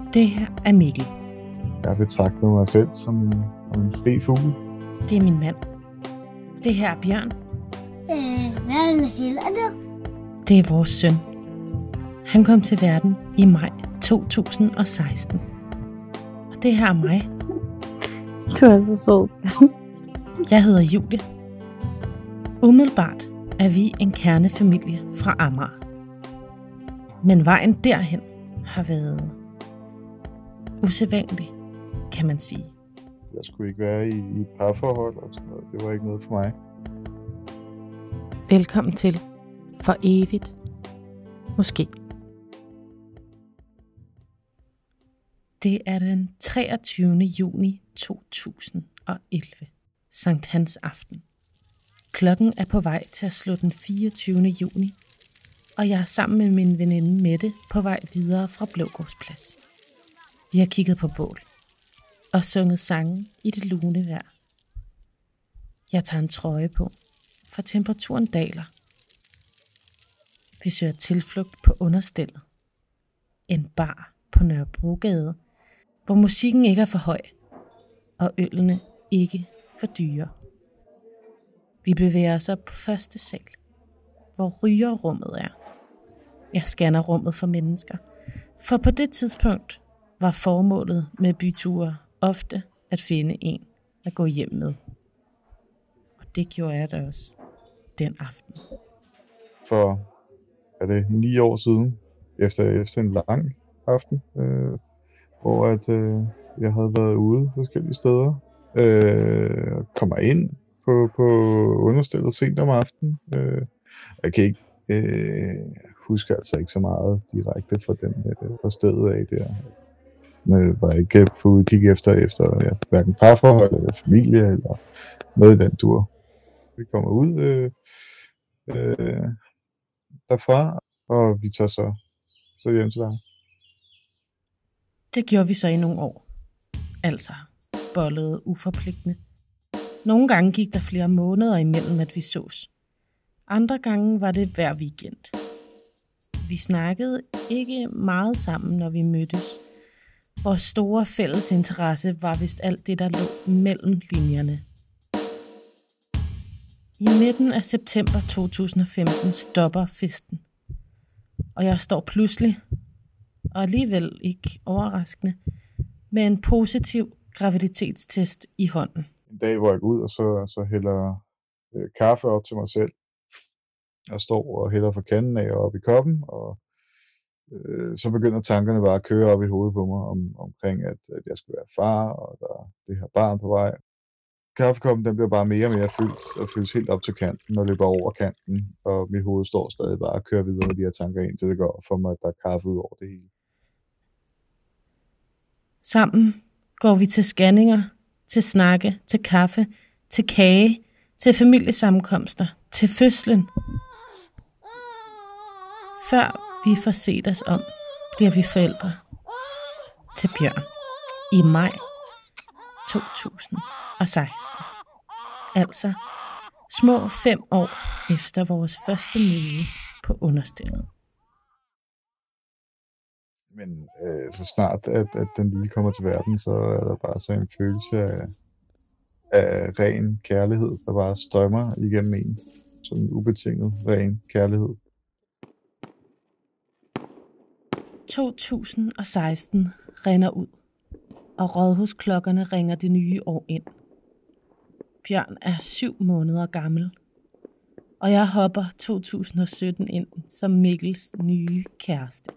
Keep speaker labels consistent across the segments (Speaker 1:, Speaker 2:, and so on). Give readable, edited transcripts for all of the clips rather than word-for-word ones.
Speaker 1: Det her er Mikkel.
Speaker 2: Jeg betragter mig selv som en fri fugl.
Speaker 1: Det er min mand. Det her er Bjørn.
Speaker 3: Hvad held er det?
Speaker 1: Det er vores søn. Han kom til verden i maj 2016. Og det her er mig.
Speaker 4: Du er så sød, skat.
Speaker 1: Jeg hedder Julie. Umiddelbart er vi en kernefamilie fra Amager. Men vejen derhen har været usædvanlig, kan man sige.
Speaker 2: Jeg skulle ikke være i et parforhold og sådan noget. Det var ikke noget for mig.
Speaker 1: Velkommen til For evigt. Måske. Det er den 23. juni 2011. Sankt Hans aften. Klokken er på vej til at slå den 24. juni, og jeg er sammen med min veninde Mette på vej videre fra Blågårdsplads. Vi har kigget på bål og sunget sange i det lune vejr. Jeg tager en trøje på, for temperaturen daler. Vi søger tilflugt på understellet. En bar på Nørrebrogade, hvor musikken ikke er for høj, og ølene ikke for dyre. Vi bevæger os op på første sal, hvor rygerrummet er. Jeg scanner rummet for mennesker, for på det tidspunkt var formålet med byture ofte at finde en at gå hjem med. Og det gjorde jeg da også den aften.
Speaker 2: For er det 9 år siden, efter en lang aften, hvor jeg havde været ude forskellige steder, kommer ind på understellet sent om aftenen. Jeg kan ikke huske altså ikke så meget direkte fra stedet af der. Jeg var ikke på udkig efter hverken parforhold eller familie eller noget i den dur. Vi kommer ud derfra, og vi tager så hjem til dig.
Speaker 1: Det gjorde vi så i nogle år. Altså bollede uforpligtende. Nogle gange gik der flere måneder imellem, at vi sås. Andre gange var det hver weekend. Vi snakkede ikke meget sammen, når vi mødtes. Vores store fælles interesse var vist alt det, der lå mellem linjerne. I midten af september 2015 stopper festen. Og jeg står pludselig, og alligevel ikke overraskende, med en positiv graviditetstest i hånden.
Speaker 2: En dag, hvor jeg går ud og så hælder kaffe op til mig selv. Jeg står og hælder fra kanden af og op i koppen, og så begynder tankerne bare at køre op i hovedet på mig omkring, at jeg skal være far, og der er det her barn på vej. Kaffekoppen, den bliver bare mere og mere fyldt, og fyldes helt op til kanten og løber over kanten, og mit hoved står stadig bare og kører videre med de her tanker, indtil det går op for mig, at der er kaffe ud over det hele.
Speaker 1: Sammen går vi til scanninger, til snakke, til kaffe, til kage, til familiesammenkomster, til fødslen. Før vi får set os om, bliver vi forældre til Bjørn i maj 2016. Altså små 5 år efter vores første møde på understellet.
Speaker 2: Men så snart at den lille kommer til verden, så er der bare så en følelse af ren kærlighed, der bare strømmer igennem en. Sådan en ubetinget ren kærlighed.
Speaker 1: 2016 rinder ud, og rådhusklokkerne ringer det nye år ind. Bjørn er 7 måneder gammel, og jeg hopper 2017 ind som Mikkels nye kæreste.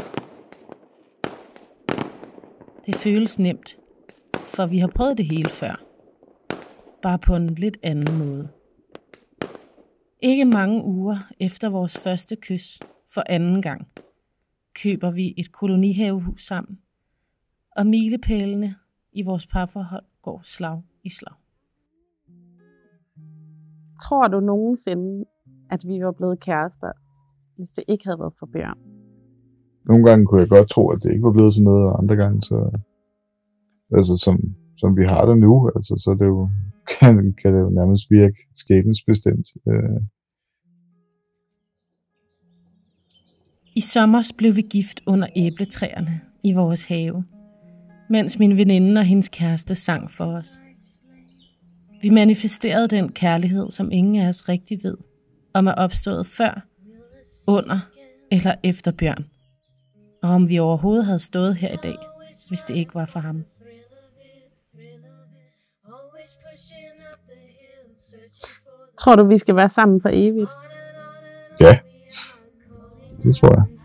Speaker 1: Det føles nemt, for vi har prøvet det hele før. Bare på en lidt anden måde. Ikke mange uger efter vores første kys for anden gang, køber vi et kolonihavehus sammen, og milepælene i vores parforhold går slag i slag.
Speaker 4: Tror du nogensinde, at vi var blevet kærester, hvis det ikke havde været for Bjørn?
Speaker 2: Nogle gange kunne jeg godt tro, at det ikke var blevet sådan noget, og andre gange så, altså som vi har det nu, altså så det jo, kan det jo nærmest virke skæbnesbestemt.
Speaker 1: I sommer blev vi gift under æbletræerne i vores have, mens min veninde og hendes kæreste sang for os. Vi manifesterede den kærlighed, som ingen af os rigtig ved, om er opstået før, under eller efter Bjørn. Og om vi overhovedet havde stået her i dag, hvis det ikke var for ham.
Speaker 4: Tror du, vi skal være sammen for evigt?
Speaker 2: Ja, det tror jeg.